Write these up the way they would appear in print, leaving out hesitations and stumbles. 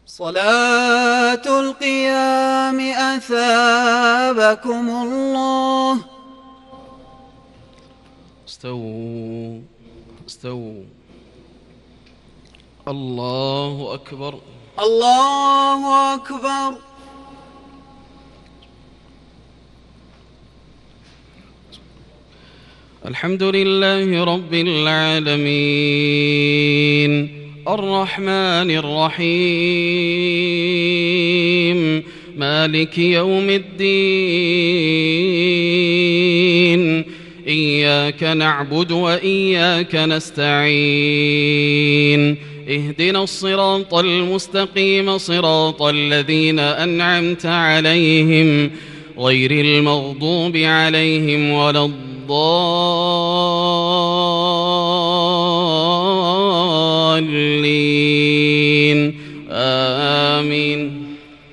صلاة القيام أثابكم الله. استووا استووا. الله أكبر الله أكبر. الحمد لله رب العالمين الرحمن الرحيم مالك يوم الدين إياك نعبد وإياك نستعين اهدنا الصراط المستقيم صراط الذين أنعمت عليهم غير المغضوب عليهم ولا الضالين آمين.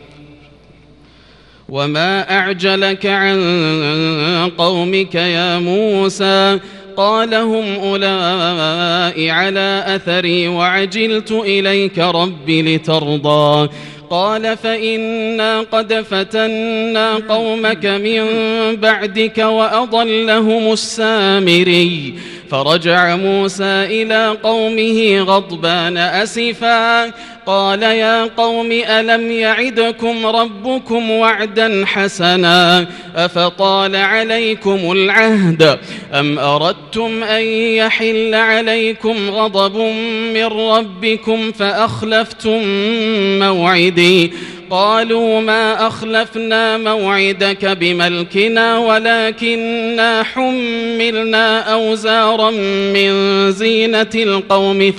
وما أعجلك عن قومك يا موسى قال هم أولئك على أثري وعجلت إليك رب لترضى قال فإنا قد فتنا قومك من بعدك وأضلهم السامري فرجع موسى إلى قومه غضبان أسفا قال يا قوم ألم يعدكم ربكم وعدا حسنا أفطال عليكم العهد أم أردتم أن يحل عليكم غضب من ربكم فأخلفتم موعدي قالوا ما أخلفنا موعدك بملكنا ولكننا حملنا أوزارا من زينة القوم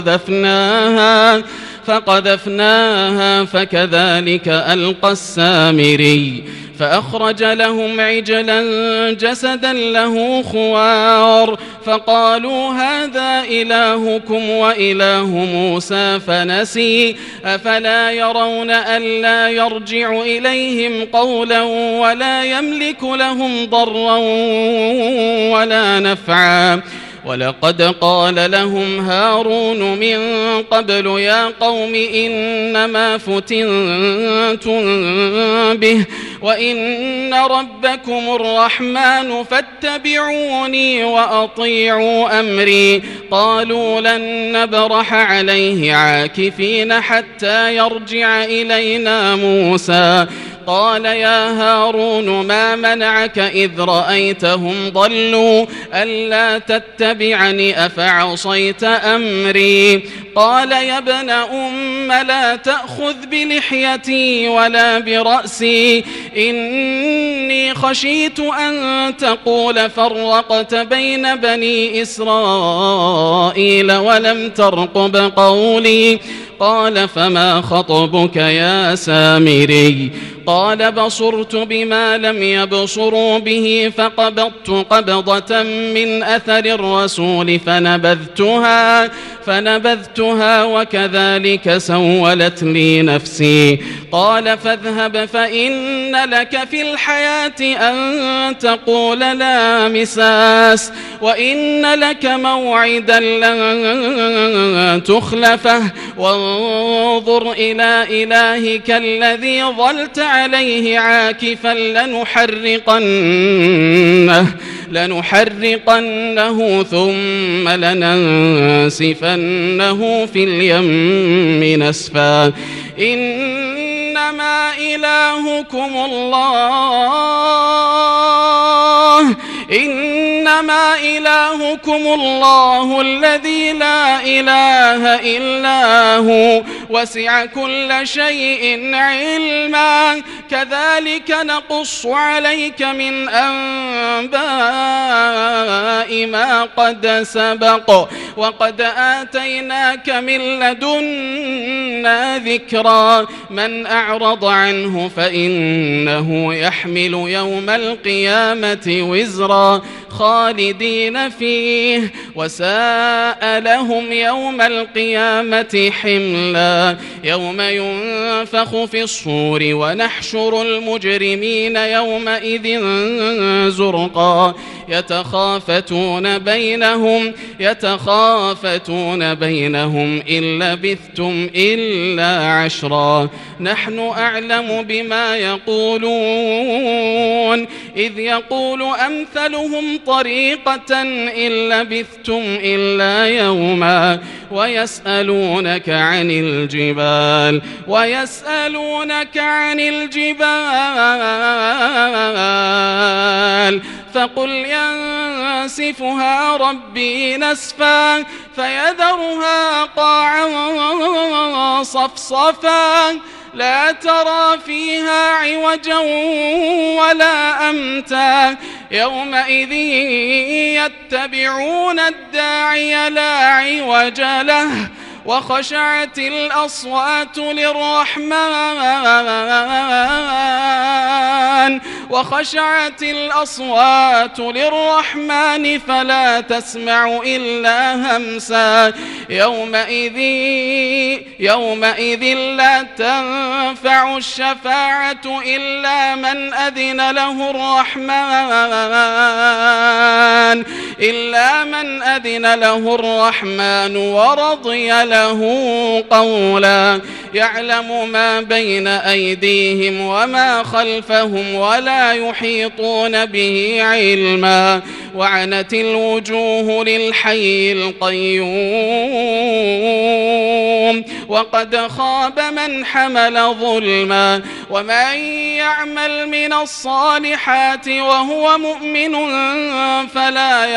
فقذفناها فكذلك ألقى السامري فأخرج لهم عجلا جسدا له خوار فقالوا هذا إلهكم وإله موسى فنسي أفلا يرون ألا يرجع إليهم قولا ولا يملك لهم ضرا ولا نفعا ولقد قال لهم هارون من قبل يا قوم إنما فتنتم به وإن ربكم الرحمن فاتبعوني وأطيعوا أمري قالوا لن نبرح عليه عاكفين حتى يرجع إلينا موسى قال يا هارون ما منعك إذ رأيتهم ضلوا ألا تتبعني أفعصيت أمري قال يا ابن أم لا تأخذ بلحيتي ولا برأسي إني خشيت أن تقول فرقت بين بني إسرائيل ولم ترقب قولي قال فما خطبك يا سامري قال بصرت بما لم يبصروا به فقبضت قبضة من أثر الرسول فنبذتها وكذلك سولت لي نفسي قال فاذهب فإن لك في الحياة أن تقول لا مساس وإن لك موعدا لن تخلفه وانظر إلى إلهك الذي ظلت عليه عاكفا لنحرقنه ثم لننسفنه في اليم نسفا إنما إلهكم الله الذي لا إله إلا هو وسع كل شيء علما كذلك نقص عليك من أنباء ما قد سبق وقد آتيناك من لدنا ذكرا من أعرض عنه فإنه يحمل يوم القيامة وزرا خالدين فيه وساء لهم يوم القيامة حملا يوم ينفخ في الصور ونحشر المجرمين يومئذ زرقا يتخافتون بينهم إن لبثتم إلا عشرا نحن أعلم بما يقولون إذ يقول أمثلهم طريقة إن لبثتم إلا يوما ويسألونك عن الجبال فقل ينسفها ربي نسفا فيذرها قاعا صفصفا لا ترى فيها عوجا ولا أمتا يومئذ يتبعون الداعي لا عوج له وخشعت الأصوات للرحمن فلا تسمع إلا همسا يومئذ لا تنفع الشفاعة إلا من أذن له الرحمن ورضي له قولا يعلم ما بين أيديهم وما خلفهم ولا يحيطون به علما وعنت الوجوه للحي القيوم وقد خاب من حمل ظلما ومن يعمل من الصالحات وهو مؤمن فلا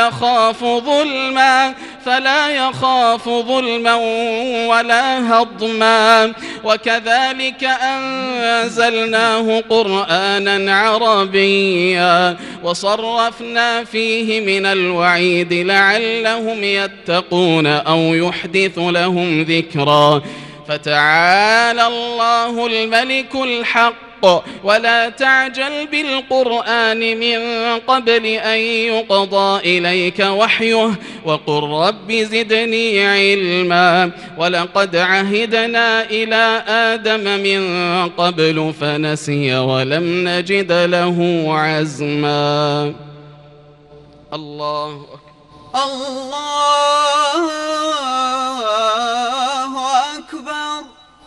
يخاف ظلما ولا هضما وكذلك أنزلناه قرآنا عربيا وصرفنا فيه من الوعيد لعلهم يتقون أو يحدث لهم ذكرا فتعالى الله الملك الحق ولا تعجل بالقرآن من قبل أن يقضى إليك وحيه وقل رب زدني علما ولقد عهدنا إلى آدم من قبل فنسي ولم نجد له عزما الله أكبر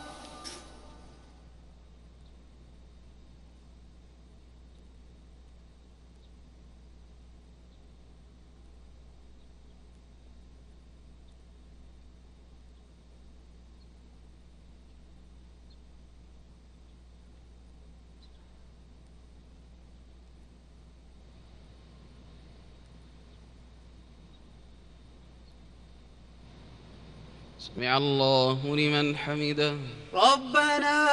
سمع الله لمن حمده ربنا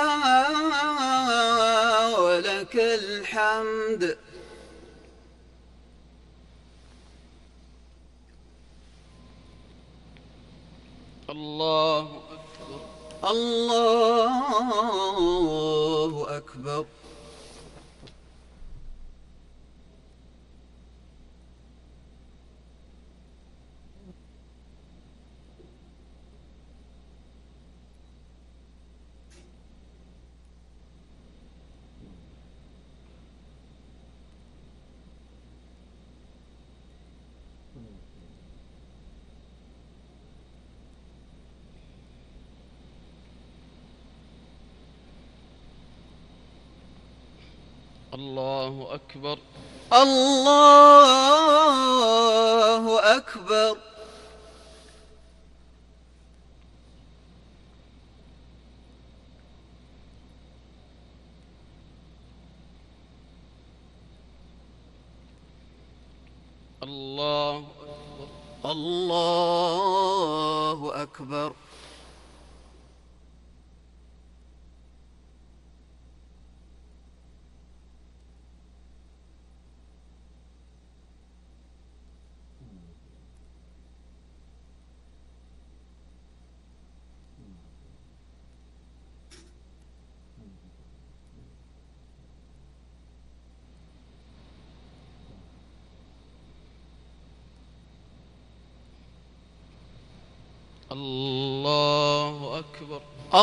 ولك الحمد الله أكبر الله أكبر الله أكبر الله أكبر الله أكبر الله أكبر الله أكبر.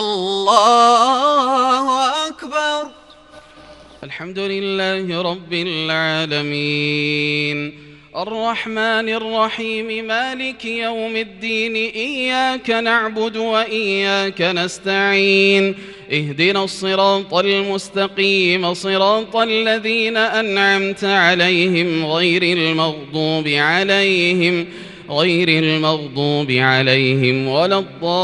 الله أكبر. الحمد لله رب العالمين الرحمن الرحيم مالك يوم الدين إياك نعبد وإياك نستعين اهدنا الصراط المستقيم صراط الذين أنعمت عليهم غير المغضوب عليهم ولا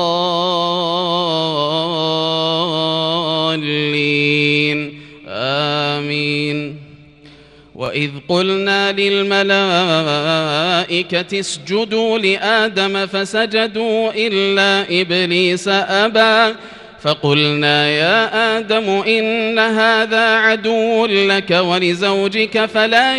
الضالين آمين. وإذ قلنا للملائكة اسجدوا لآدم فسجدوا إلا إبليس أبى فقلنا يا آدم إن هذا عدو لك ولزوجك فلا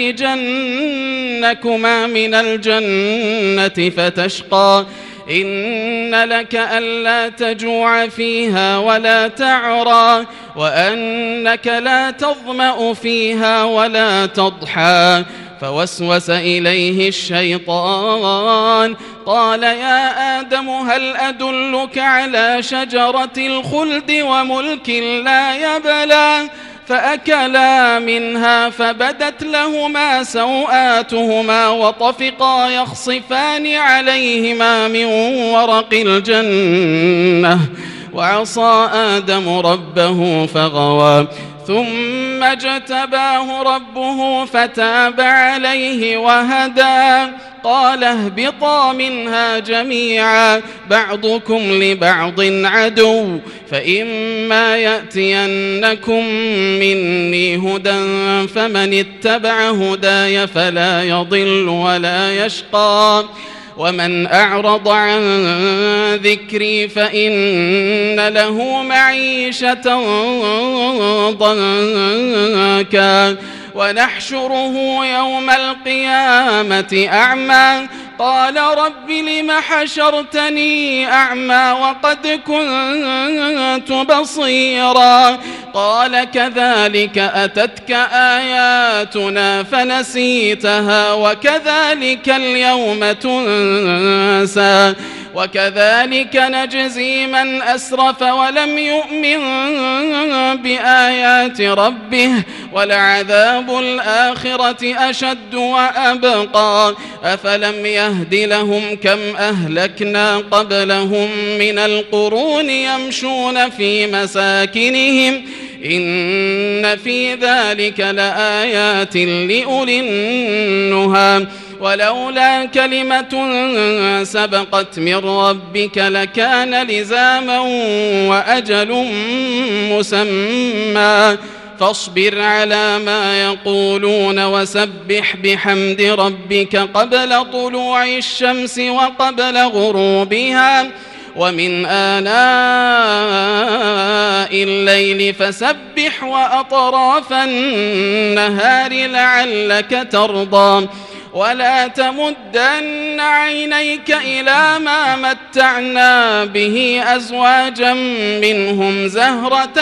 يخرجنكما من الجنة فتشقى إن لك ألا تجوع فيها ولا تعرى وأنك لا تظمأ فيها ولا تضحى فوسوس إليه الشيطان قال يا آدم هل أدلك على شجرة الخلد وملك لا يبلى فأكلا منها فبدت لهما سوآتهما وطفقا يخصفان عليهما من ورق الجنة وعصى آدم ربه فغوى ثم اجتباه ربه فتاب عليه وهدى قال اهبطا منها جميعا بعضكم لبعض عدو فإما يأتينكم مني هدى فمن اتبع هداي فلا يضل ولا يشقى ومن أعرض عن ذكري فإن له معيشة ضنكا ونحشره يوم القيامة أعمى قال رب لم حشرتني أعمى وقد كنت بصيرا قال كذلك أتتك آياتنا فنسيتها وكذلك اليوم تنسى وكذلك نجزي من أسرف ولم يؤمن بآيات ربه ولعذاب الآخرة أشد وأبقى أفلم يهد لهم كم أهلكنا قبلهم من القرون يمشون في مساكنهم إن في ذلك لآيات لأولي النهى ولولا كلمة سبقت من ربك لكان لزاما وأجل مسمى فاصبر على ما يقولون وسبح بحمد ربك قبل طلوع الشمس وقبل غروبها ومن آناء الليل فسبح وأطراف النهار لعلك ترضى ولا تمدن عينيك إلى ما متعنا به أزواجا منهم زهرة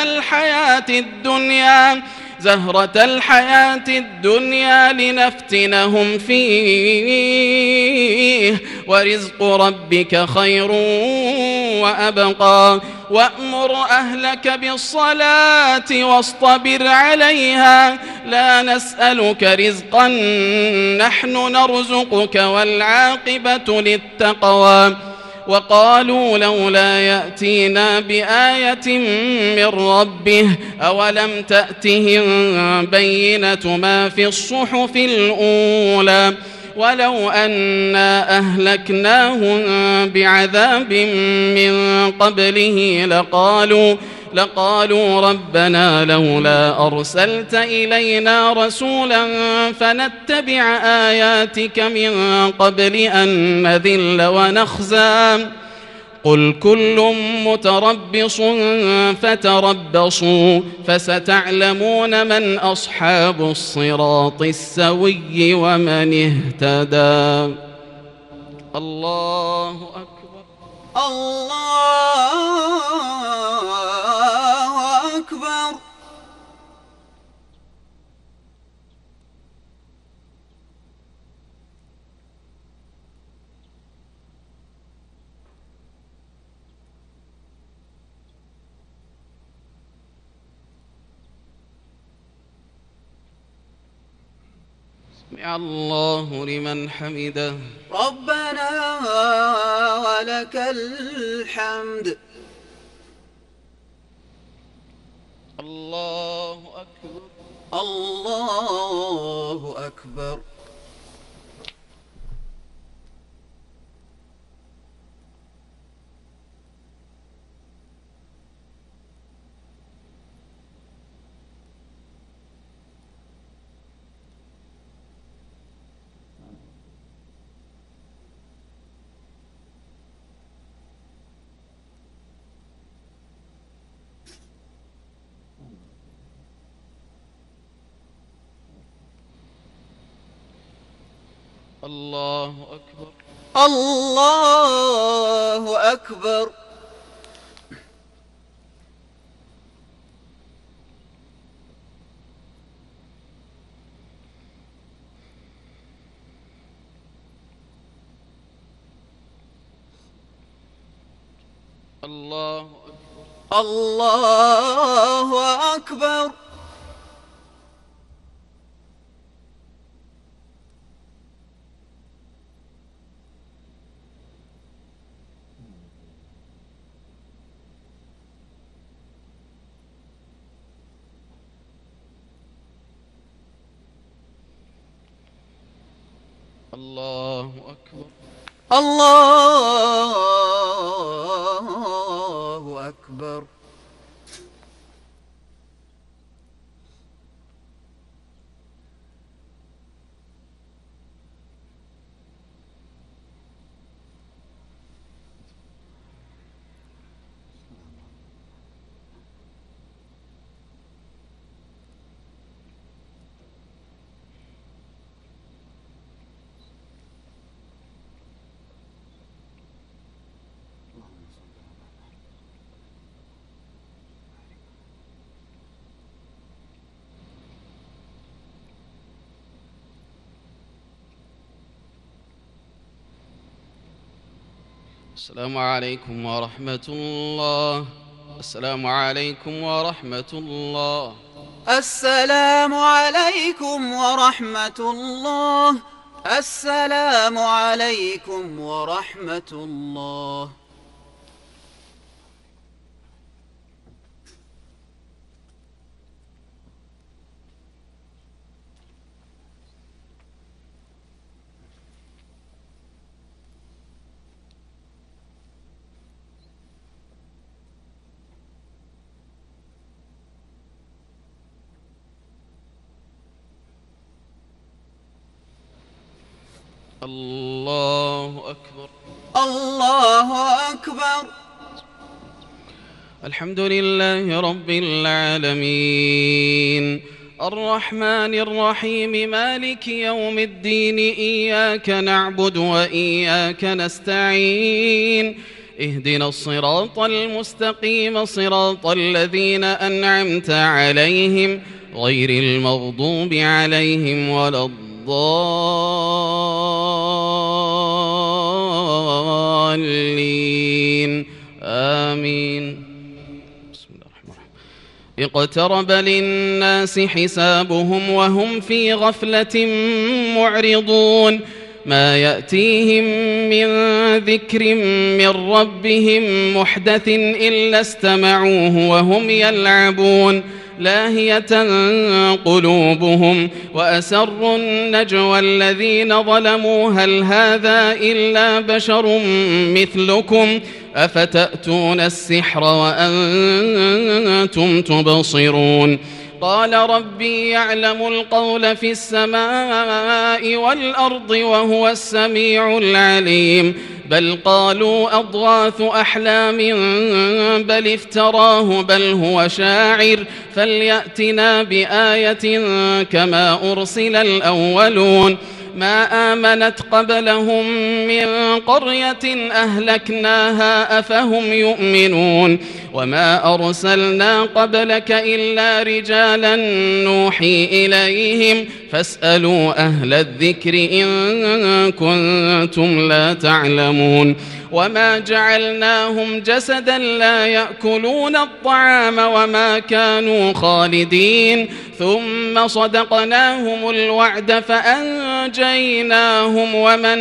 الحياة الدنيا لنفتنهم فيه ورزق ربك خير وأبقى وأمر أهلك بالصلاة واصطبر عليها لا نسألك رزقا نحن نرزقك والعاقبة للتقوى وقالوا لولا يأتينا بآية من ربه أولم تأتهم بينة ما في الصحف الأولى ولو أنا أهلكناهم بعذاب من قبله لقالوا ربنا لولا أرسلت إلينا رسولا فنتبع آياتك من قبل أن نذل ونخزى قل كل متربص فتربصوا فستعلمون من أصحاب الصراط السوي ومن اهتدى. الله أكبر. الله أكبر. سمع الله لمن حمده. ربنا ولك الحمد. الله أكبر. الله أكبر. الله أكبر. الله أكبر. الله أكبر. الله أكبر. الله أكبر. الله أكبر. السلام عليكم ورحمة الله. السلام عليكم ورحمة الله. السلام عليكم ورحمة الله. السلام عليكم ورحمة الله. الله أكبر. الله أكبر. الحمد لله رب العالمين الرحمن الرحيم مالك يوم الدين إياك نعبد وإياك نستعين اهدنا الصراط المستقيم صراط الذين أنعمت عليهم غير المغضوب عليهم ولا الضالين آمين. بسم الله الرحمن الرحيم. اقترب للناس حسابهم وهم في غفلة معرضون ما يأتيهم من ذكر من ربهم محدث إلا استمعوه وهم يلعبون لاهية قلوبهم وأسروا النجوى الذين ظلموا هل هذا إلا بشر مثلكم أفتأتون السحر وأنتم تبصرون قال ربي يعلم القول في السماء والأرض وهو السميع العليم بل قالوا أضغاث أحلام بل افتراه بل هو شاعر فليأتنا بآية كما أرسل الأولون ما آمنت قبلهم من قرية أهلكناها أفهم يؤمنون وما أرسلنا قبلك إلا رجالا نوحي إليهم فاسألوا أهل الذكر إن كنتم لا تعلمون وما جعلناهم جسدا لا يأكلون الطعام وما كانوا خالدين ثم صدقناهم الوعد فأنجيناهم ومن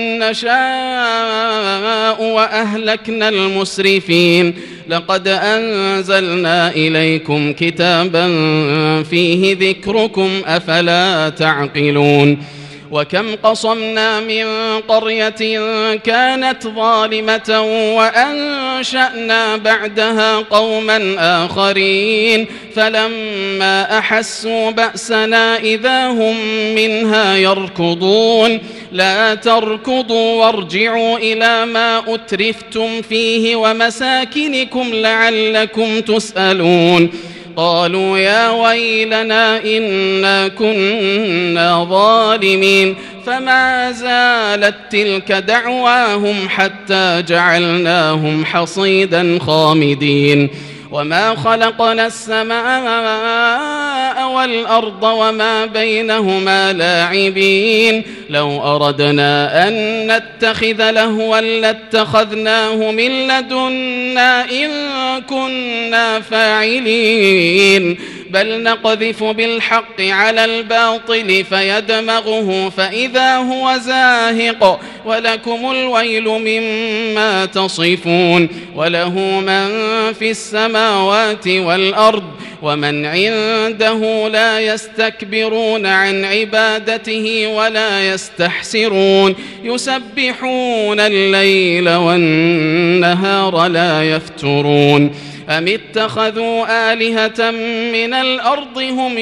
نشاء وأهلكنا المسرفين لقد أنزلنا إليكم كتابا فيه ذكركم أفلا تعقلون وكم قصمنا من قرية كانت ظالمة وأنشأنا بعدها قوما آخرين فلما أحسوا بأسنا إذا هم منها يركضون لا تركضوا وارجعوا إلى ما أترفتم فيه ومساكنكم لعلكم تسألون قالوا يا ويلنا إنا كنا ظالمين فما زالت تلك دعواهم حتى جعلناهم حصيدا خامدين وما خلقنا السماء والأرض وما بينهما لاعبين لو أردنا أن نتخذ لهوا لاتخذناه من لدنا إن كنا فاعلين بل نقذف بالحق على الباطل فيدمغه فإذا هو زاهق ولكم الويل مما تصفون وله من في السماوات والأرض ومن عنده لا يستكبرون عن عبادته ولا يستحسرون يسبحون الليل والنهار لا يفترون أم اتخذوا آلهة من الأرض هم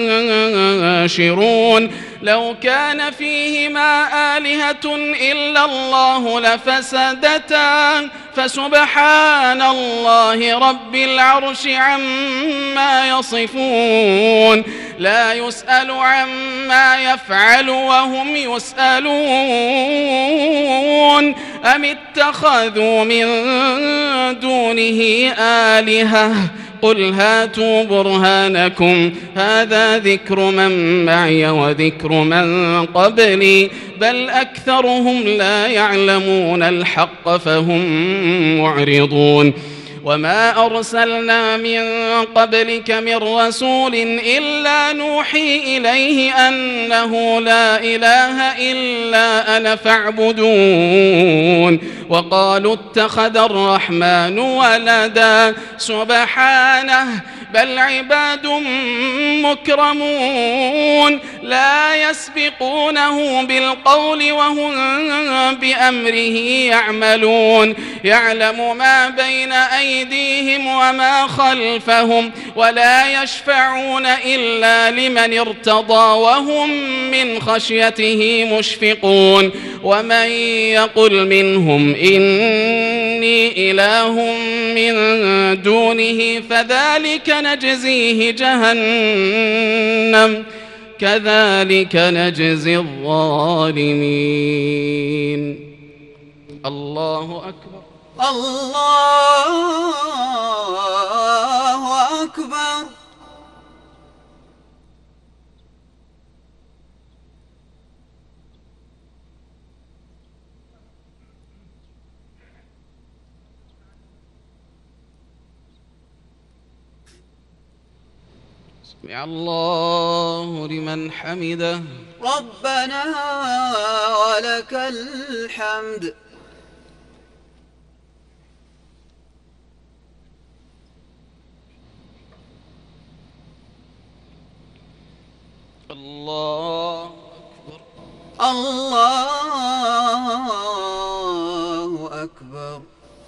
ينشرون لو كان فيهما آلهة إلا الله لفسدتا فسبحان الله رب العرش عما يصفون لا يسأل عما يفعل وهم يسألون أم اتخذوا من دونه آلهة قل هاتوا برهانكم هذا ذكر من معي وذكر من قبلي بل أكثرهم لا يعلمون الحق فهم معرضون وما أرسلنا من قبلك من رسول إلا نوحي إليه أنه لا إله إلا أنا فاعبدون وقالوا اتخذ الرحمن ولدا سبحانه بل عباد مكرمون لا يسبقونه بالقول وهم بأمره يعملون يعلم ما بين أيديهم وما خلفهم ولا يشفعون إلا لمن ارتضى وهم من خشيته مشفقون ومن يقل منهم إني إله من دونه فذلك نجزيه جهنم كذلك نجزي الظالمين الله أكبر الله أكبر سمع الله لمن حمده ربنا ولك الحمد الله أكبر الله أكبر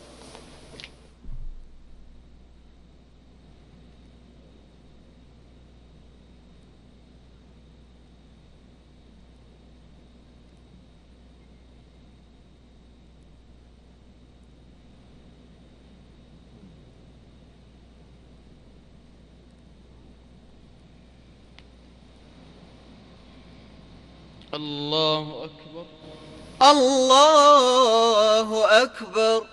الله أكبر الله أكبر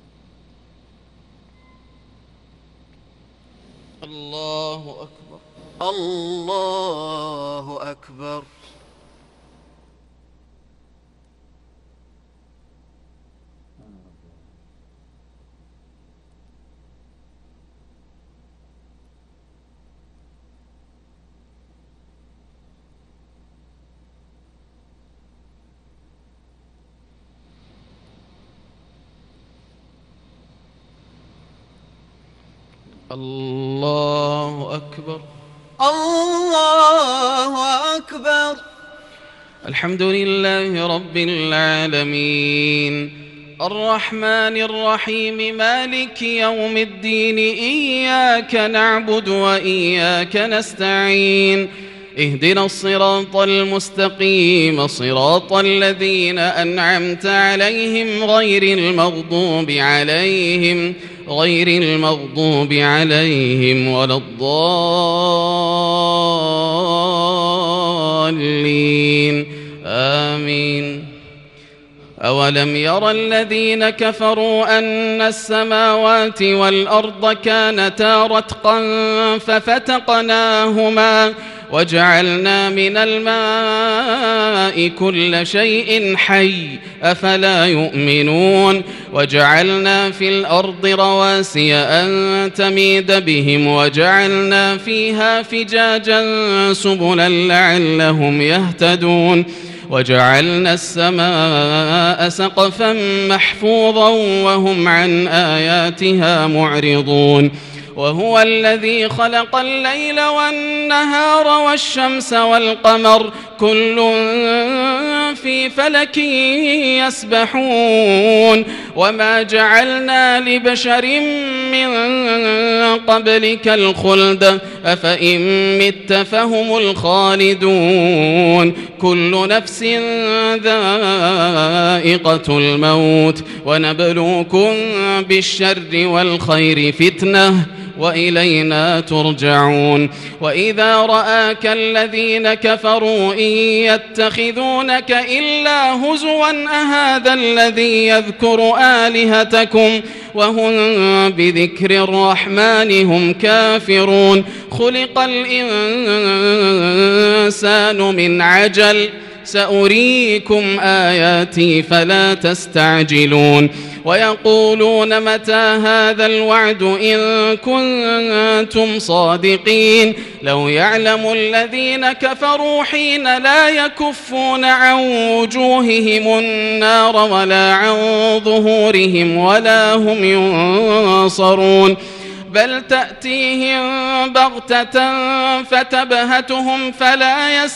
الله أكبر الله أكبر. الله أكبر. الله أكبر. الحمد لله رب العالمين الرحمن الرحيم مالك يوم الدين إياك نعبد وإياك نستعين اهدنا الصراط المستقيم صراط الذين أنعمت عليهم غير المغضوب عليهم ولا الضالين آمين. أولم ير الذين كفروا أن السماوات والأرض كانتا رتقا ففتقناهما وجعلنا من الماء كل شيء حي أفلا يؤمنون وجعلنا في الأرض رواسي أن تميد بهم وجعلنا فيها فجاجا سبلا لعلهم يهتدون وجعلنا السماء سقفا محفوظا وهم عن آياتها معرضون وهو الذي خلق الليل والنهار والشمس والقمر كل في فلك يسبحون وما جعلنا لبشر من قبلك الخلد أفإن مت فهم الخالدون كل نفس ذائقة الموت ونبلوكم بالشر والخير فتنة وإلينا ترجعون وإذا رآك الذين كفروا إن يتخذونك إلا هزوا أهذا الذي يذكر آلهتكم وهم بذكر الرحمن هم كافرون خلق الإنسان من عجل سأريكم آياتي فلا تستعجلون ويقولون متى هذا الوعد إن كنتم صادقين لو يعلم الذين كفروا حين لا يكفون عن وجوههم النار ولا عن ظهورهم ولا هم ينصرون بل تأتيهم بغتة فتبهتهم فلا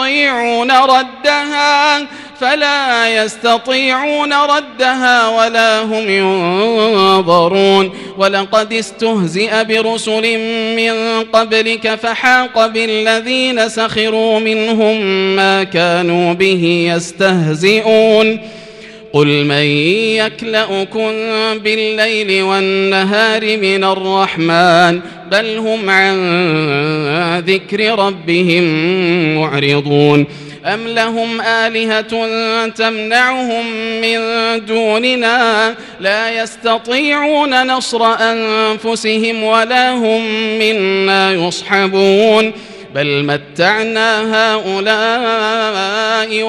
يستطيعون ردها ولا هم ينظرون ولقد استهزئ برسل من قبلك فحاق بالذين سخروا منهم ما كانوا به يستهزئون قل من يكلؤكم بالليل والنهار من الرحمن بل هم عن ذكر ربهم معرضون أم لهم آلهة تمنعهم من دوننا لا يستطيعون نصر أنفسهم ولا هم منا يصحبون بل متعنا هؤلاء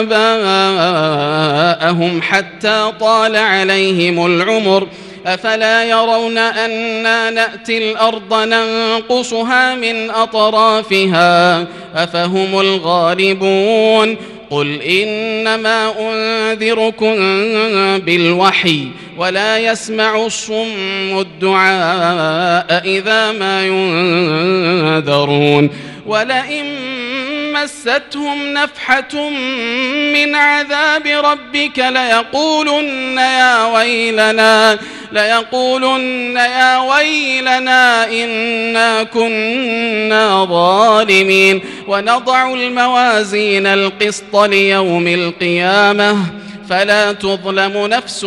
وآباءهم حتى طال عليهم العمر أفلا يرون أنا نأتي الأرض ننقصها من أطرافها أفهم الغالبون قل إنما أنذركم بالوحي ولا يسمع الصم الدعاء إذا ما ينذرون ولئن مستهم نفحة من عذاب ربك ليقولن يا ويلنا إنا كنا ظالمين ونضع الموازين القسط ليوم القيامة فلا تظلم نفس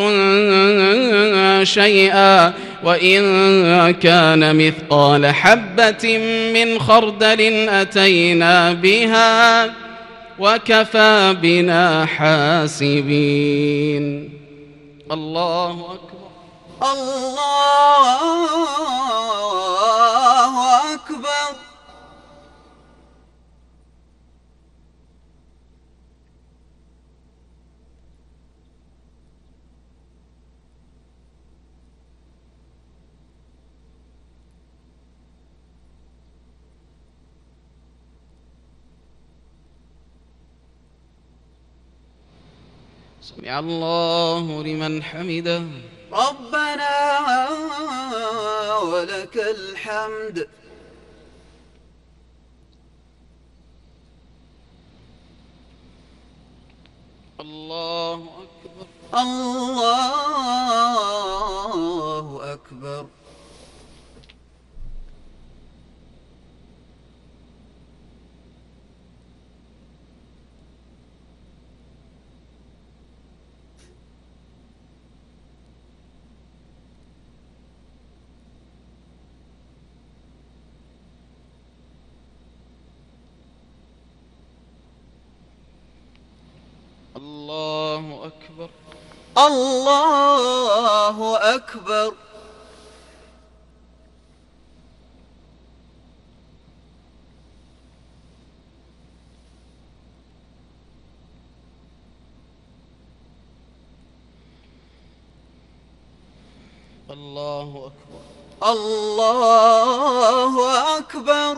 شيئا وإن كان مثقال حبة من خردل أتينا بها وكفى بنا حاسبين. الله أكبر. الله أكبر. سمع الله لمن حمده. ربنا ولك الحمد. الله أكبر. الله أكبر. الله أكبر. الله أكبر. الله أكبر. الله أكبر.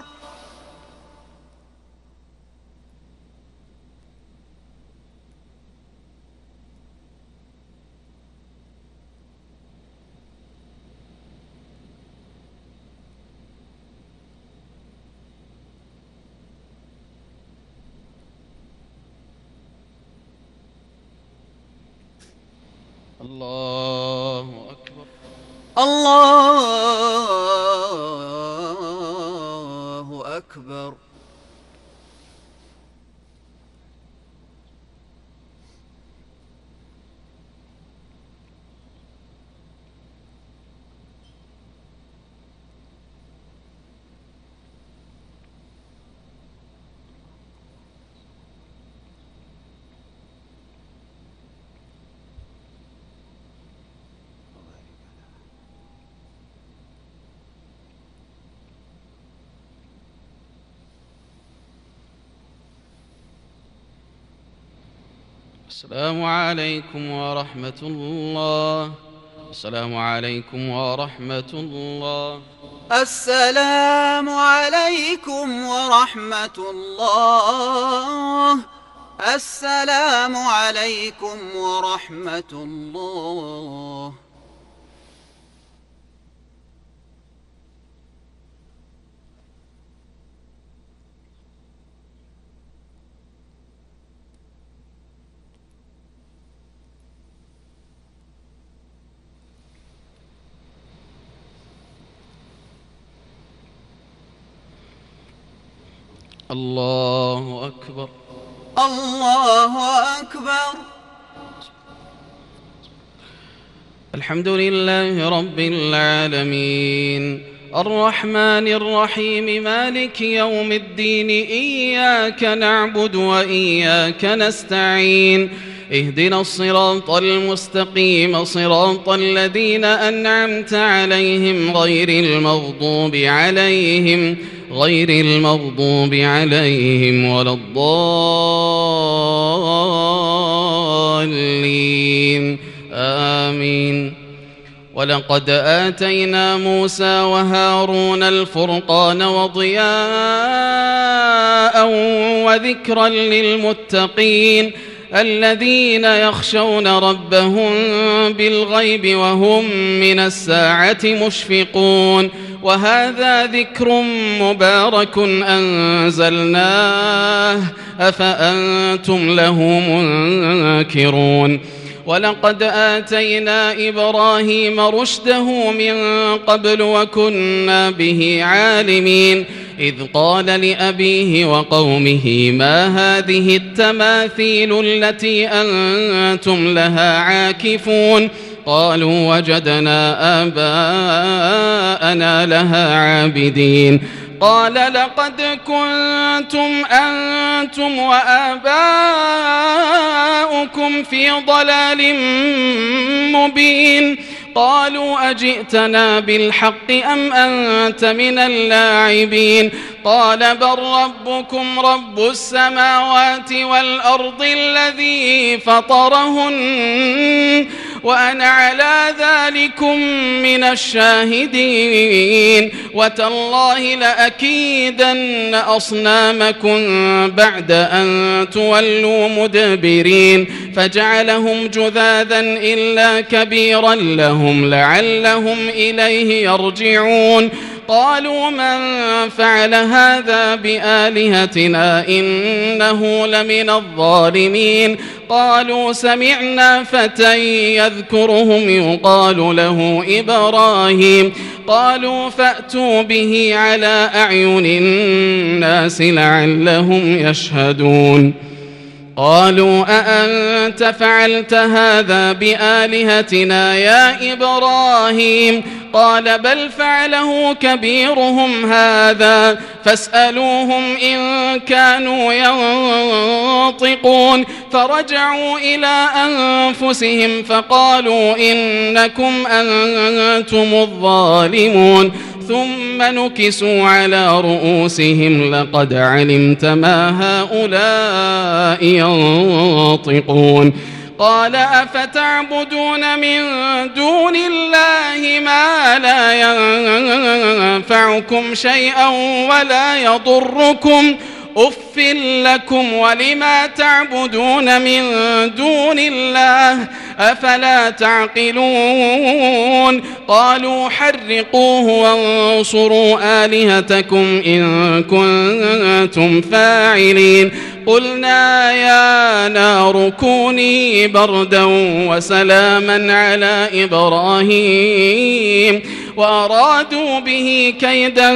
الله أكبر. الله أكبر. السلام عليكم ورحمة الله. السلام عليكم ورحمة الله. السلام عليكم ورحمة الله. السلام عليكم ورحمة الله. الله أكبر. الله أكبر. الحمد لله رب العالمين الرحمن الرحيم مالك يوم الدين إياك نعبد وإياك نستعين اهدنا الصراط المستقيم صراط الذين أنعمت عليهم غير المغضوب عليهم ولا الضالين آمين. ولقد آتينا موسى وهارون الفرقان وضياء وذكرا للمتقين الذين يخشون ربهم بالغيب وهم من الساعة مشفقون. وهذا ذكر مبارك أنزلناه أفأنتم له منكرون. ولقد آتينا إبراهيم رشده من قبل وكنا به عالمين إذ قال لأبيه وقومه ما هذه التماثيل التي أنتم لها عاكفون قالوا وجدنا آباءنا لها عابدين قال لقد كنتم أنتم وآباؤكم في ضلال مبين قالوا أجئتنا بالحق أم أنت من اللاعبين قال بل ربكم رب السماوات والأرض الذي فطرهن وأنا على ذلكم من الشاهدين وتالله لأكيدن أصنامكم بعد أن تولوا مدبرين فجعلهم جذاذا إلا كبيرا لهم لعلهم إليه يرجعون قالوا من فعل هذا بآلهتنا إنه لمن الظالمين قالوا سمعنا فتى يذكرهم يقال له إبراهيم قالوا فأتوا به على أعين الناس لعلهم يشهدون قالوا أأنت فعلت هذا بآلهتنا يا إبراهيم قال بل فعله كبيرهم هذا فاسألوهم إن كانوا ينطقون فرجعوا إلى أنفسهم فقالوا إنكم أنتم الظالمون ثم نكسوا على رؤوسهم لقد علمت ما هؤلاء ينطقون قال أفتعبدون من دون الله ما لا ينفعكم شيئا ولا يضركم أف لكم ولما تعبدون من دون الله أفلا تعقلون قالوا حرقوه وانصروا آلهتكم إن كنتم فاعلين قلنا يا نار كوني بردا وسلاما على إبراهيم وأرادوا به كيدا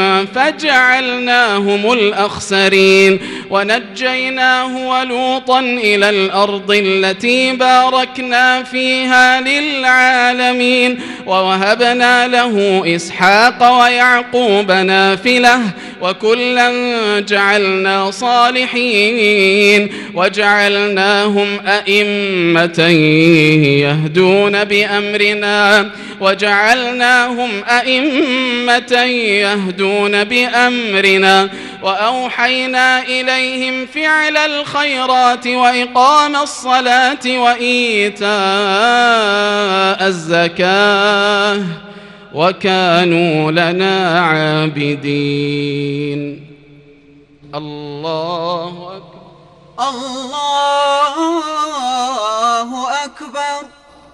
فجعلناهم الأخسرين ونجيناه ولوطا إلى الأرض التي باركنا فيها للعالمين ووهبنا له إسحاق ويعقوب نافلة وكلا جعلنا صالحين وجعلناهم أئمة يهدون بأمرنا وأوحينا إليهم فعل الخيرات وإقام الصلاة وإيتاء الزكاة وكانوا لنا عابدين الله أكبر الله أكبر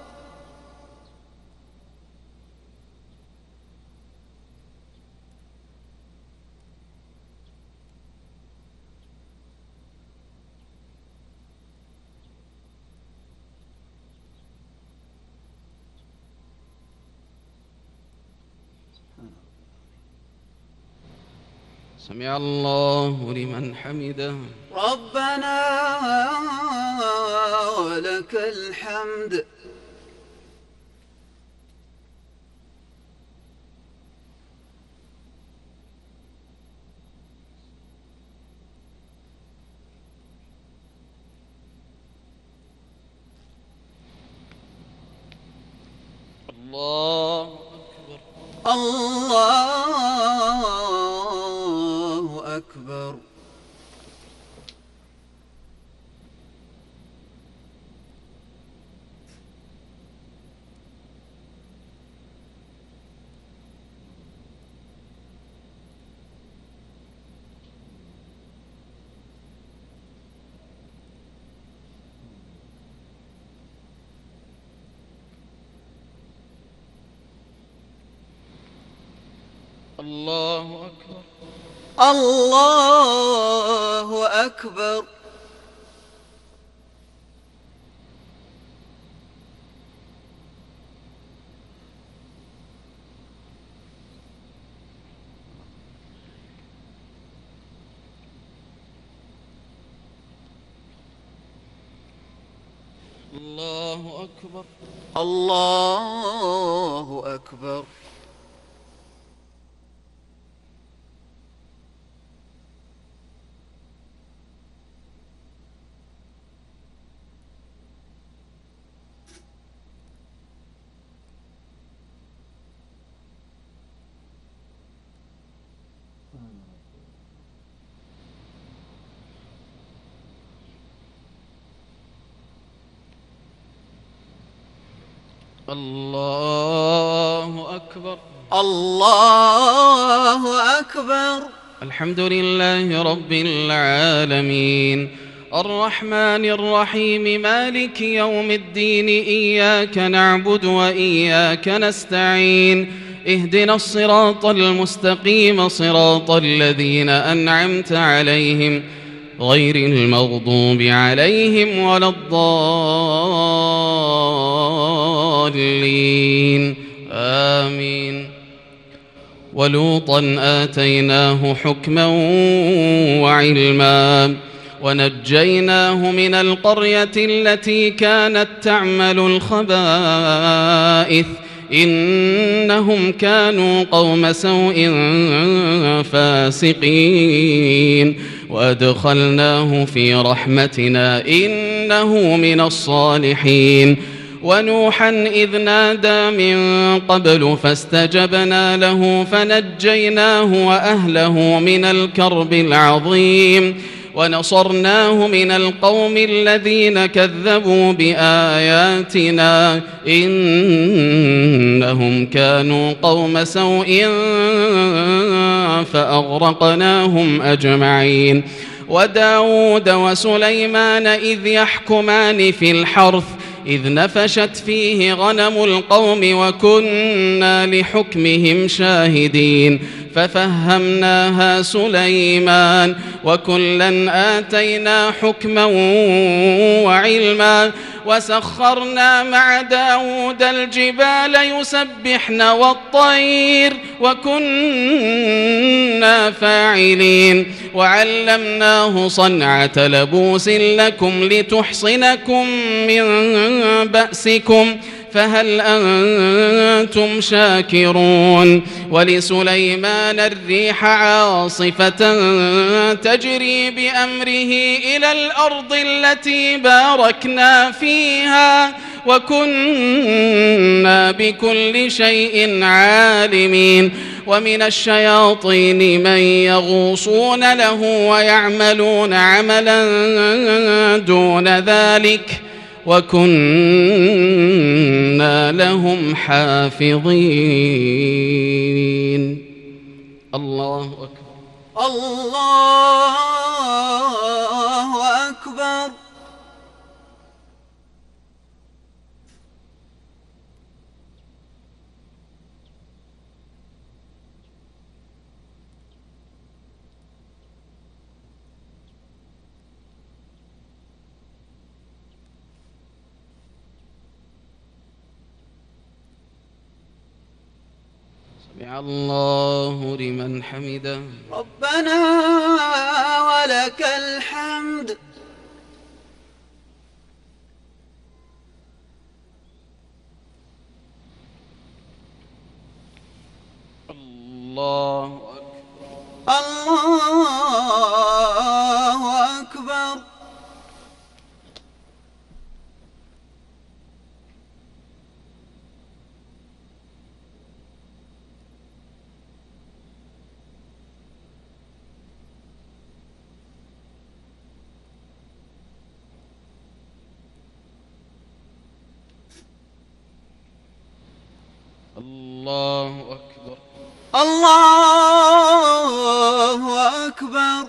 سمع الله لمن حمده ربنا ولك الحمد الله أكبر الله أكبر الله أكبر الله أكبر الله أكبر الله أكبر الله أكبر. الله أكبر. الحمد لله رب العالمين، الرحمن الرحيم، مالك يوم الدين، إياك نعبد وإياك نستعين، اهدنا الصراط المستقيم، صراط الذين أنعمت عليهم غير المغضوب عليهم ولا الضالين، آمين. ولوطا آتيناه حكما وعلما ونجيناه من القرية التي كانت تعمل الخبائث إنهم كانوا قوم سوء فاسقين، وأدخلناه في رحمتنا إنه من الصالحين. ونوحا إذ نادى من قبل فاستجبنا له فنجيناه وأهله من الكرب العظيم، ونصرناه من القوم الذين كذبوا بآياتنا إنهم كانوا قوم سوء فأغرقناهم أجمعين. وداود وسليمان إذ يحكمان في الحرث إذ نفشت فيه غنم القوم وكنا لحكمهم شاهدين، ففهمناها سليمان وكلا آتينا حكما وعلما، وسخرنا مع داود الجبال يسبحن والطير وكنا فاعلين، وعلمناه صنعة لبوس لكم لتحصنكم من بأسكم، فهل أنتم شاكرون؟ ولسليمان الريح عاصفة تجري بأمره إلى الأرض التي باركنا فيها وكنا بكل شيء عالمين. ومن الشياطين من يغوصون له ويعملون عملا دون ذلك وكنا لهم حافظين. الله أكبر. الله أكبر. سمع الله لمن حمده. ربنا ولك الحمد. الله أكبر. الله أكبر. الله أكبر. الله أكبر.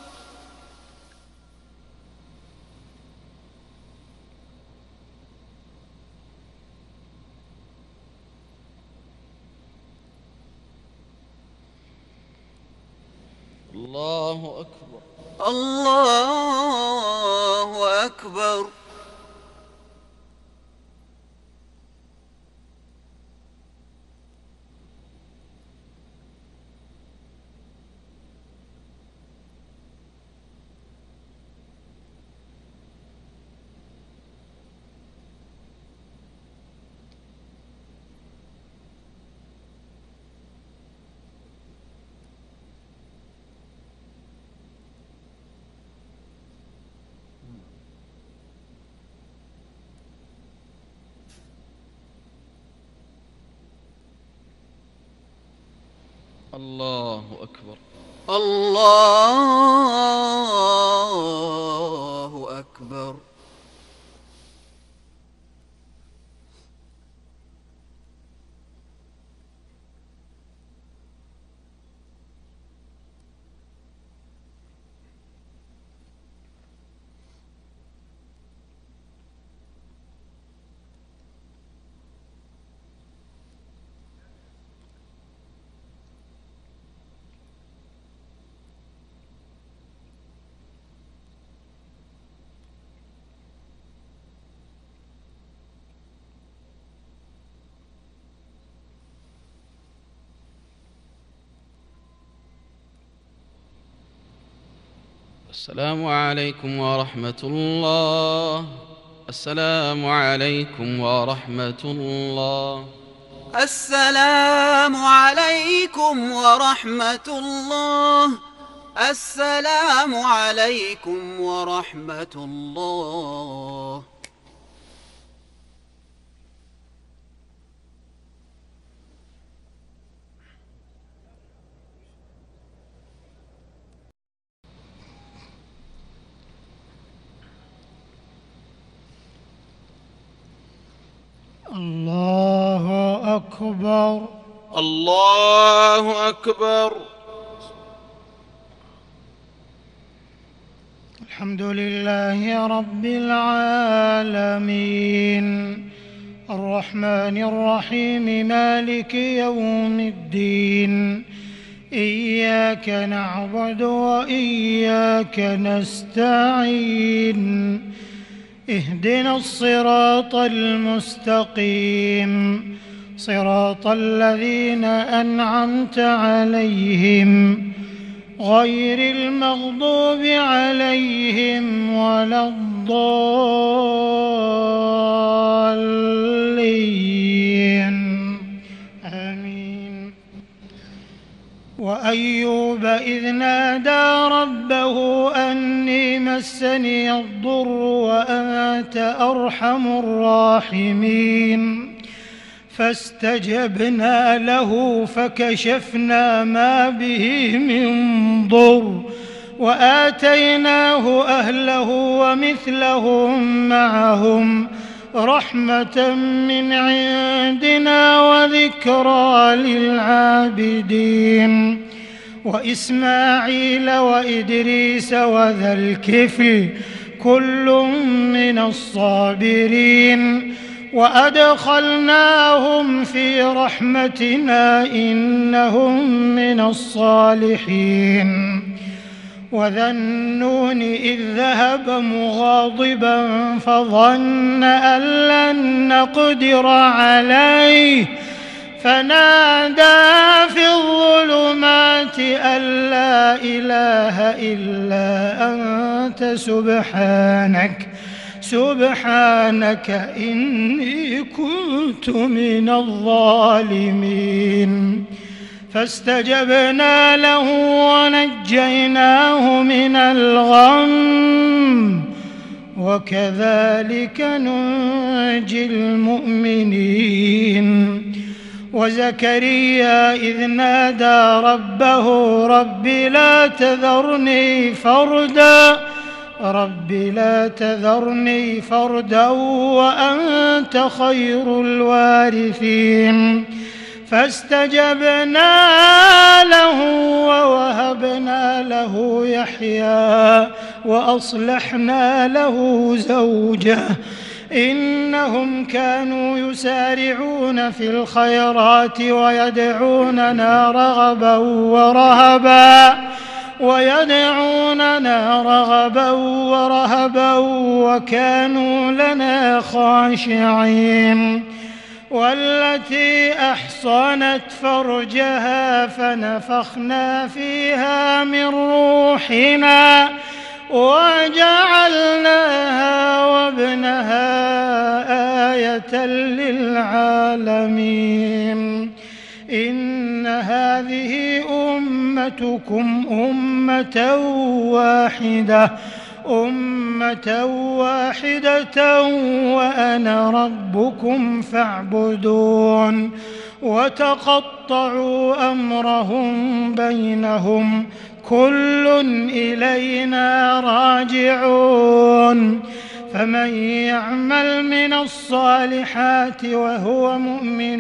الله أكبر. الله أكبر. الله أكبر. الله أكبر. السلام عليكم ورحمة الله. السلام عليكم ورحمة الله. السلام عليكم ورحمة الله. السلام عليكم ورحمة الله. الله أكبر. الله أكبر. الحمد لله رب العالمين الرحمن الرحيم مالك يوم الدين إياك نعبد وإياك نستعين اهدنا الصراط المستقيم صراط الذين أنعمت عليهم غير المغضوب عليهم ولا الضالين آمين. وأيوب إذ نادى ربه أني مسني الضر وأنت أرحم الراحمين فاستجبنا له فكشفنا ما به من ضر وآتيناه أهله ومثلهم معهم رحمة من عندنا وذكرى للعابدين. وإسماعيل وإدريس وذا الكفل كل من الصابرين وأدخلناهم في رحمتنا إنهم من الصالحين. وذا النون إذ ذهب مغاضبا فظن أن لن نقدر عليه فنادى في الظلمات أن لا إله إلا أنت سبحانك إني كنت من الظالمين. فاستجبنا له ونجيناه من الغم وكذلك ننجي المؤمنين. وزكريا إذ نادى ربه رب لا تذرني فردا وأنت خير الوارثين. فاستجبنا له ووهبنا له يحيى وأصلحنا له زوجه إنهم كانوا يسارعون في الخيرات ويدعوننا رغبا ورهبا وكانوا لنا خاشعين. والتي أحصنت فرجها فنفخنا فيها من روحنا وجعلناها وابنها آية للعالمين. إن هذه أمتكم أمة واحدة وأنا ربكم فاعبدون. وتقطعوا أمرهم بينهم كل إلينا راجعون. فمن يعمل من الصالحات وهو مؤمن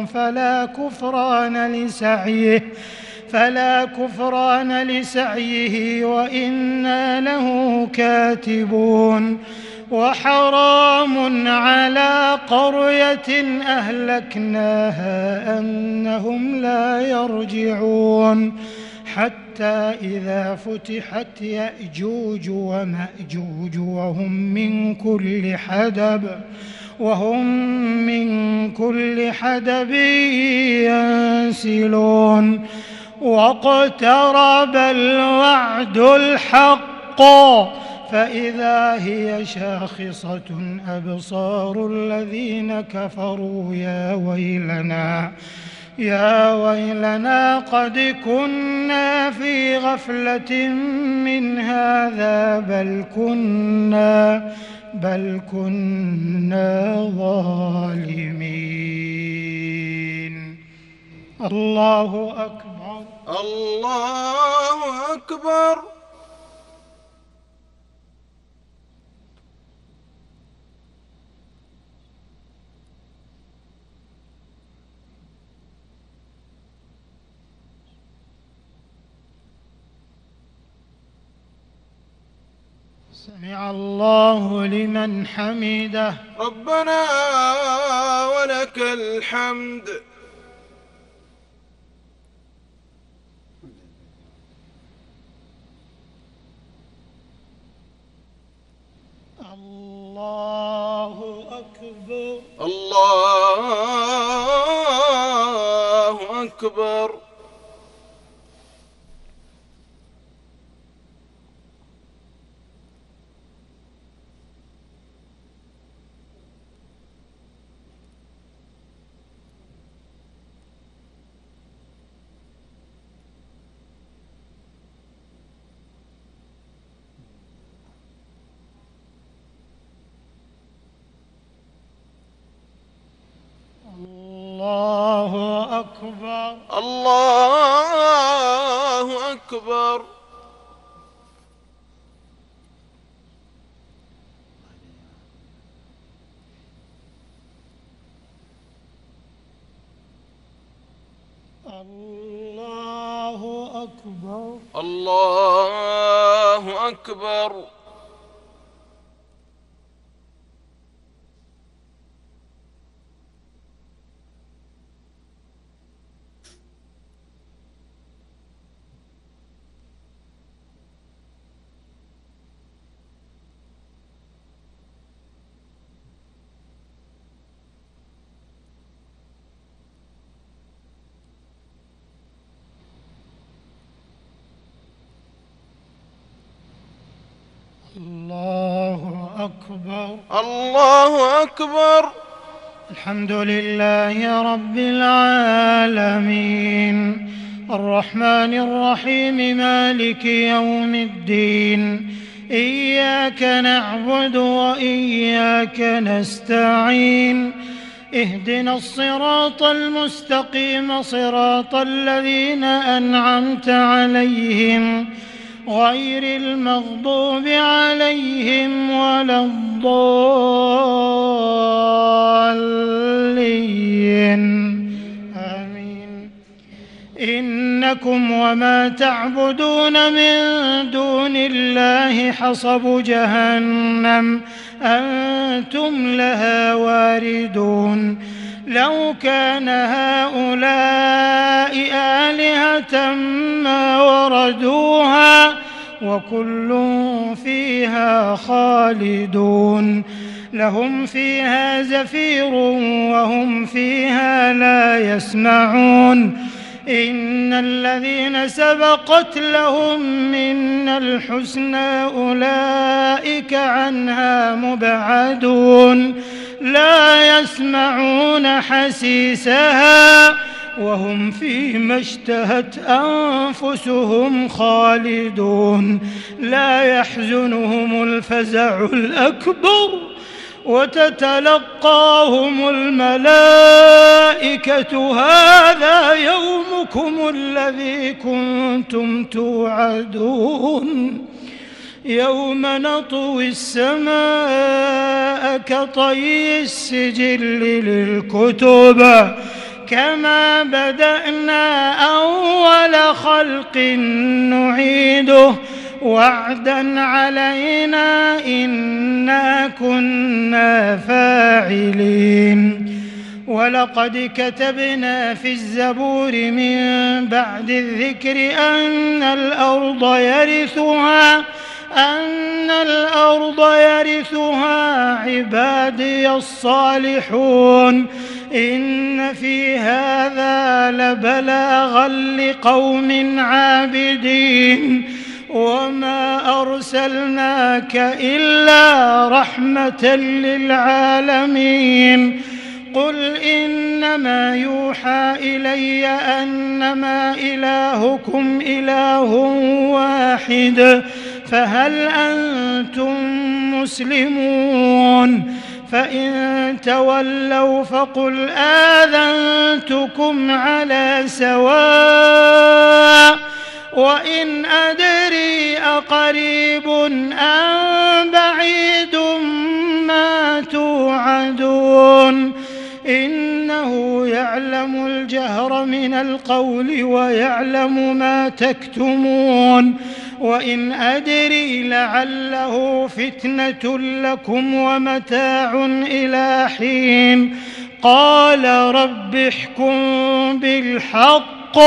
فلا كفران لسعيه وإنا له كاتبون. وحرام على قرية أهلكناها أنهم لا يرجعون حتى إذا فتحت يأجوج ومأجوج وهم من كل حدب ينسلون. واقترب الوعد الحق حقا فإذا هي شاخصة أبصار الذين كفروا يا ويلنا قد كنا في غفلة من هذا بل كنا ظالمين. الله أكبر. الله أكبر. سمع الله لمن حمده. ربنا ولك الحمد. الله أكبر. الله أكبر. الله أكبر. الله أكبر. الله أكبر. الله أكبر. الله أكبر. الله أكبر. الحمد لله رب العالمين الرحمن الرحيم مالك يوم الدين إياك نعبد وإياك نستعين اهدنا الصراط المستقيم صراط الذين أنعمت عليهم غير المغضوب عليهم ولا الضالين آمين. إنكم وما تعبدون من دون الله حصب جهنم أنتم لها واردون. لو كان هؤلاء آلهة ما وردوها وكل فيها خالدون. لهم فيها زفير وهم فيها لا يسمعون. إن الذين سبقت لهم منا الحسنى أولئك عنها مبعدون لا يسمعون حسيسها وهم فيما اشتهت أنفسهم خالدون. لا يحزنهم الفزع الأكبر وتتلقاهم الملائكة هذا يومكم الذي كنتم توعدون. يوم نطوي السماء كطي السجل للكتب كما بدأنا أول خلق نعيده وعدا علينا إنا كنا فاعلين. ولقد كتبنا في الزبور من بعد الذكر أن الأرض يرثها عبادي الصالحون. إن في هذا لبلاغا لقوم عابدين. وما أرسلناك إلا رحمة للعالمين قل إنما يوحى إلي أنما إلهكم إله واحد فهل أنتم مسلمون فإن تولوا فقل آذنتكم على سواء وإن أدري أقريب أم بعيد ما توعدون إنه يعلم الجهر من القول ويعلم ما تكتمون وإن أدري لعله فتنة لكم ومتاع إلى حين قال رب احكم بالحق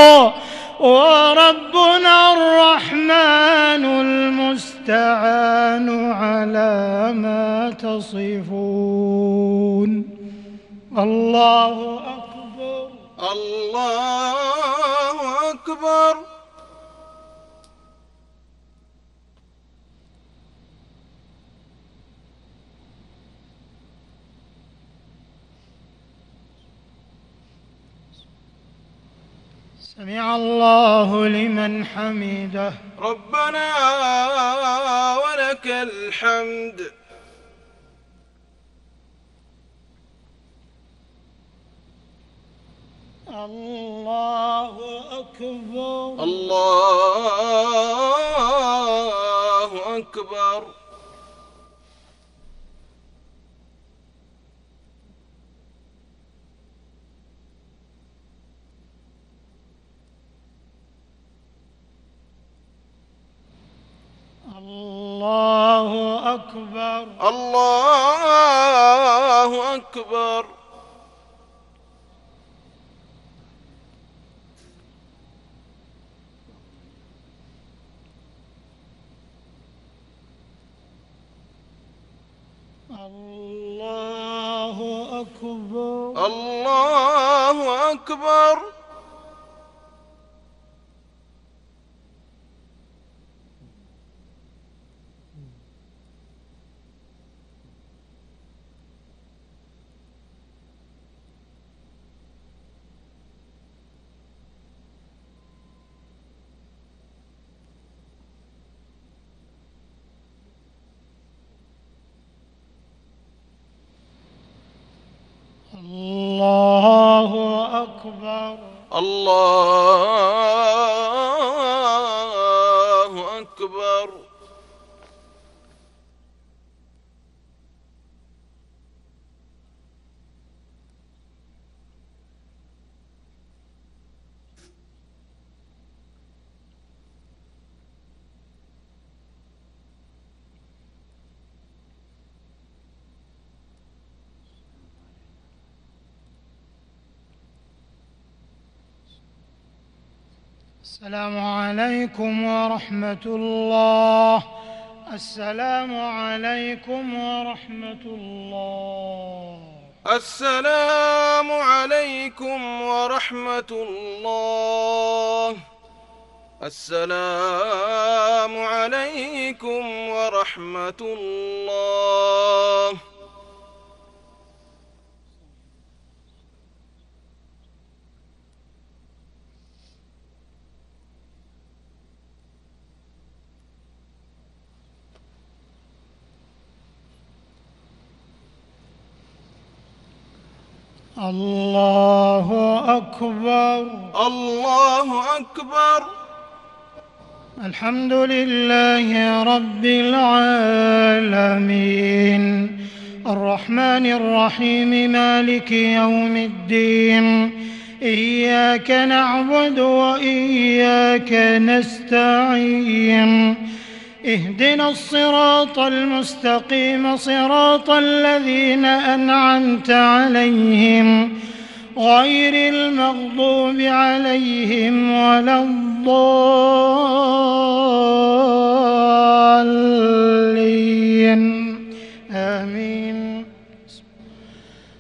وربنا الرحمن المستعان على ما تصفون الله أكبر الله أكبر. سمع الله لمن حمده ربنا ولك الحمد. الله أكبر الله أكبر. الله أكبر الله أكبر. الله أكبر الله أكبر. الله أكبر الله أكبر. السلام عليكم ورحمة الله. السلام عليكم ورحمة الله. السلام عليكم ورحمة الله. السلام عليكم ورحمة الله. الله أكبر الله أكبر. الحمد لله رب العالمين الرحمن الرحيم مالك يوم الدين إياك نعبد وإياك نستعين اهدنا الصراط المستقيم صراط الذين أنعمت عليهم غير المغضوب عليهم ولا الضالين آمين.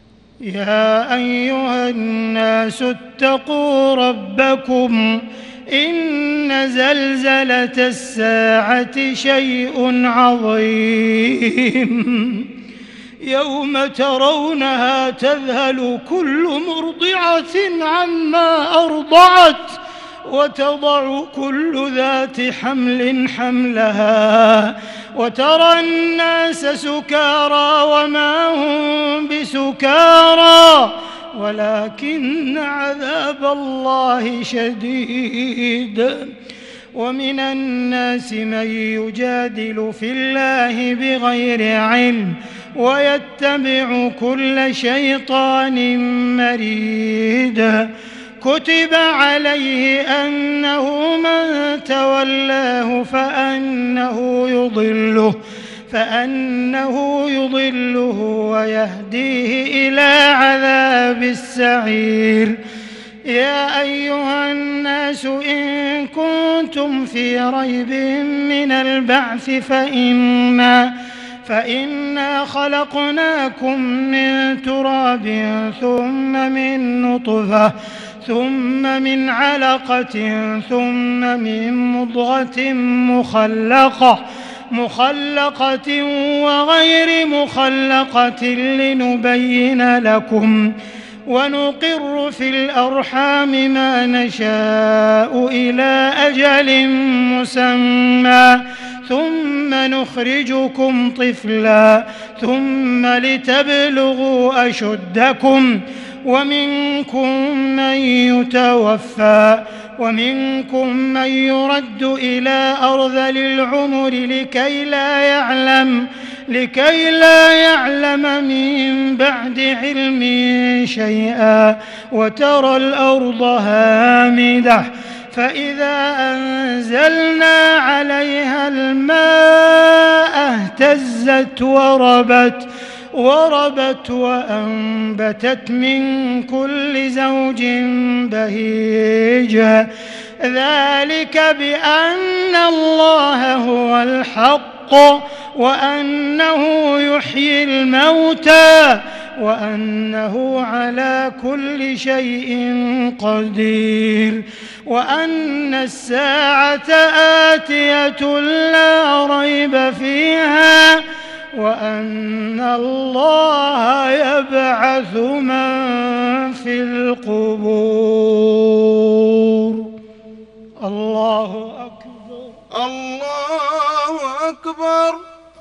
يا أيها الناس اتقوا ربكم إن زلزلة الساعة شيء عظيم يوم ترونها تذهل كل مرضعة عما أرضعت وتضع كل ذات حمل حملها وترى الناس سكارى وما هم بسكارى ولكن عذاب الله شديد. ومن الناس من يجادل في الله بغير علم ويتبع كل شيطان مريد. كتب عليه أنه من تولاه فأنه يضله ويهديه إلى عذاب السعير. يا أيها الناس إن كنتم في ريب من البعث فإنا خلقناكم من تراب ثم من نطفة ثم من علقة ثم من مضغة مخلقة وغير مخلقة لنبين لكم ونقر في الأرحام ما نشاء إلى أجل مسمى ثم نخرجكم طفلا ثم لتبلغوا أشدكم ومنكم من يتوفى ومنكم من يرد إلى أرذل العمر لكي لا يعلم من بعد علم شيئا وترى الأرض هامدة فإذا أنزلنا عليها الماء اهتزت وربت وأنبتت من كل زوج بهيج. ذلك بأن الله هو الحق وأنه يحيي الموتى وأنه على كل شيء قدير وأن الساعة آتية لا ريب فيها وأن الله يبعث من في القبور. الله أكبر الله أكبر.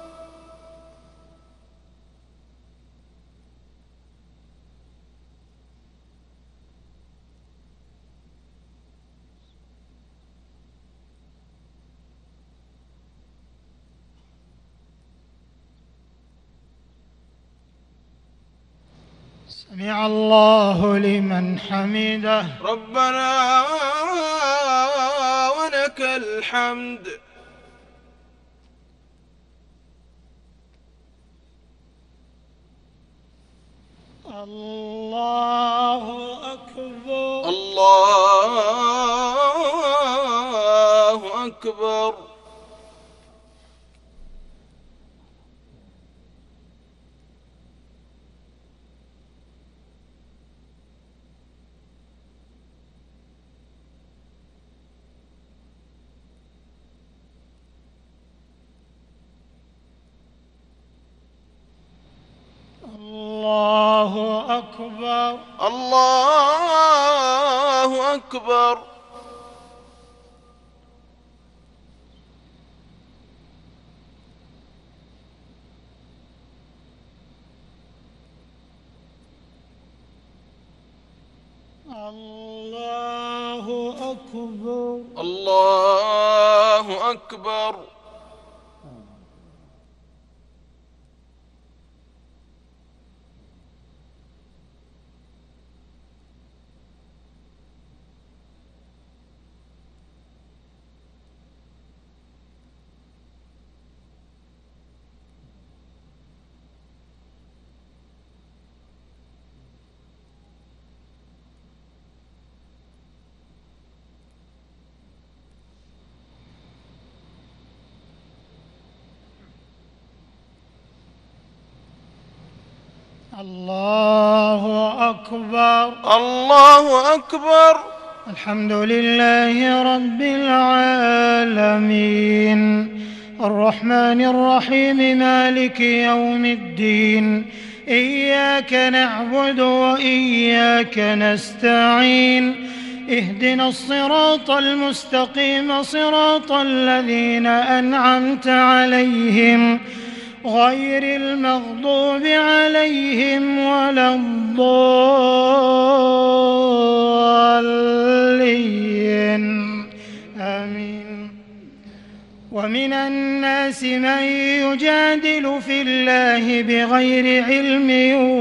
سمع الله لمن حمده. ربنا ولك الحمد. الله أكبر الله أكبر. الله أكبر الله أكبر. الله أكبر الله أكبر. الله أكبر الله أكبر. الحمد لله رب العالمين الرحمن الرحيم مالك يوم الدين إياك نعبد وإياك نستعين اهدنا الصراط المستقيم صراط الذين أنعمت عليهم غير المغضوب عليهم ولا الضالين آمين. ومن الناس من يجادل في الله بغير علم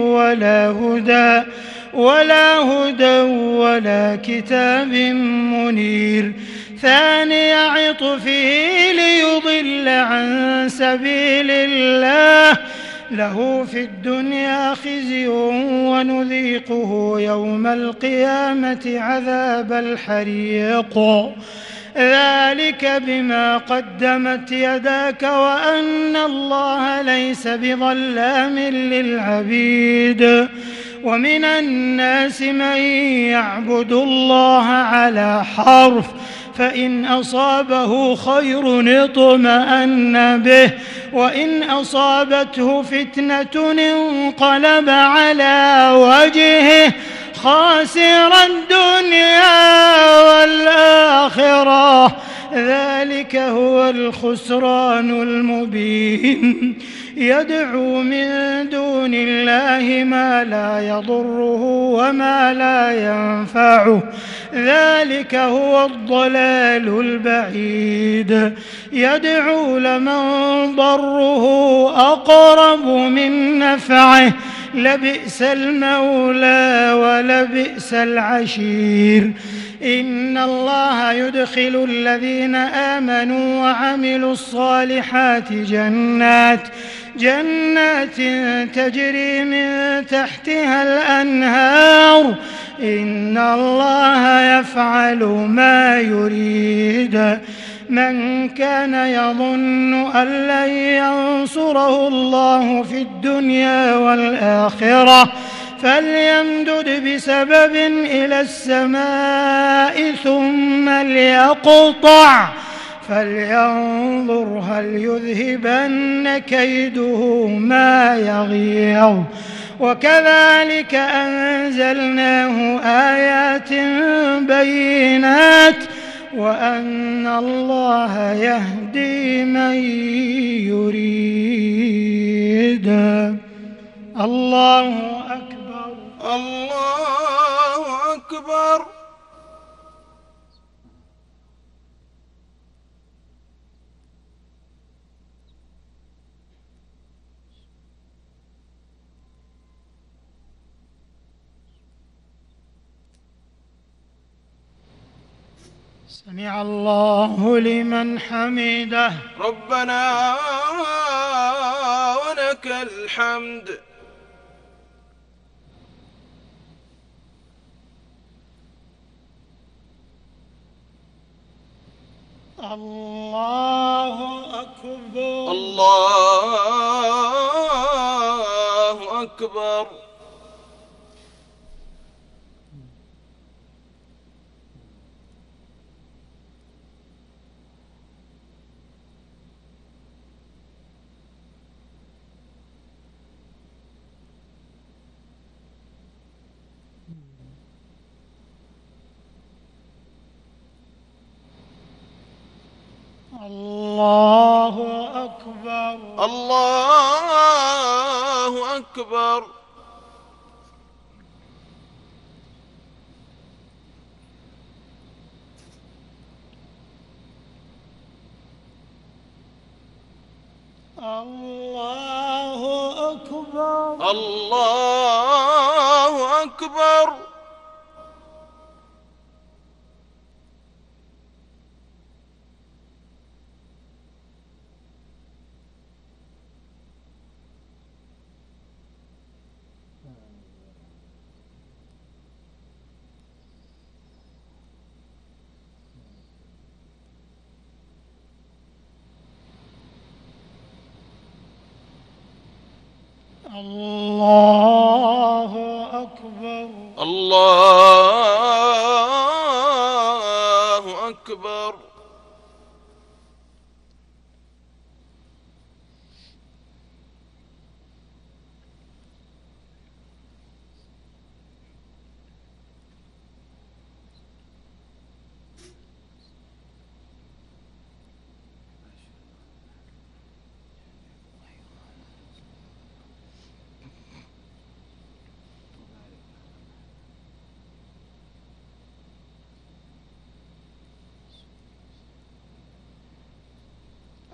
ولا هدى ولا كتاب منير ثاني عطفه ليضل عن سبيل الله له في الدنيا خزي ونذيقه يوم القيامة عذاب الحريق ذلك بما قدمت يداك وأن الله ليس بظلام للعبيد. ومن الناس من يعبد الله على حرف فإن أصابه خير اطمأن به وإن أصابته فتنة انقلب على وجهه خاسر الدنيا والآخرة ذلك هو الخسران المبين. يدعو من دون الله ما لا يضره وما لا ينفعه ذلك هو الضلال البعيد. يدعو لمن ضره أقرب من نفعه لبئس المولى ولبئس العشير. إن الله يدخل الذين آمنوا وعملوا الصالحات جنات تجري من تحتها الأنهار إن الله يفعل ما يريد. من كان يظن أن لن ينصره الله في الدنيا والآخرة فليمدد بسبب إلى السماء ثم ليقطع فلينظر هل يذهبن كيده ما يغيظ. وكذلك أنزلناه آيات بينات وأن الله يهدي من يريد. الله أكبر الله أكبر. سمع الله لمن حمده ربنا ولك الحمد. الله أكبر الله أكبر. الله أكبر الله أكبر. الله أكبر الله أكبر. الله أكبر الله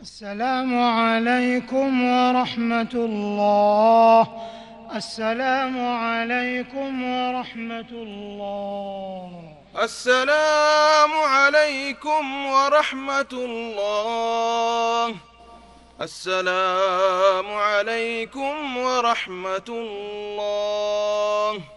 السلام عليكم ورحمة الله. السلام عليكم ورحمة الله. السلام عليكم ورحمة الله. السلام عليكم ورحمة الله.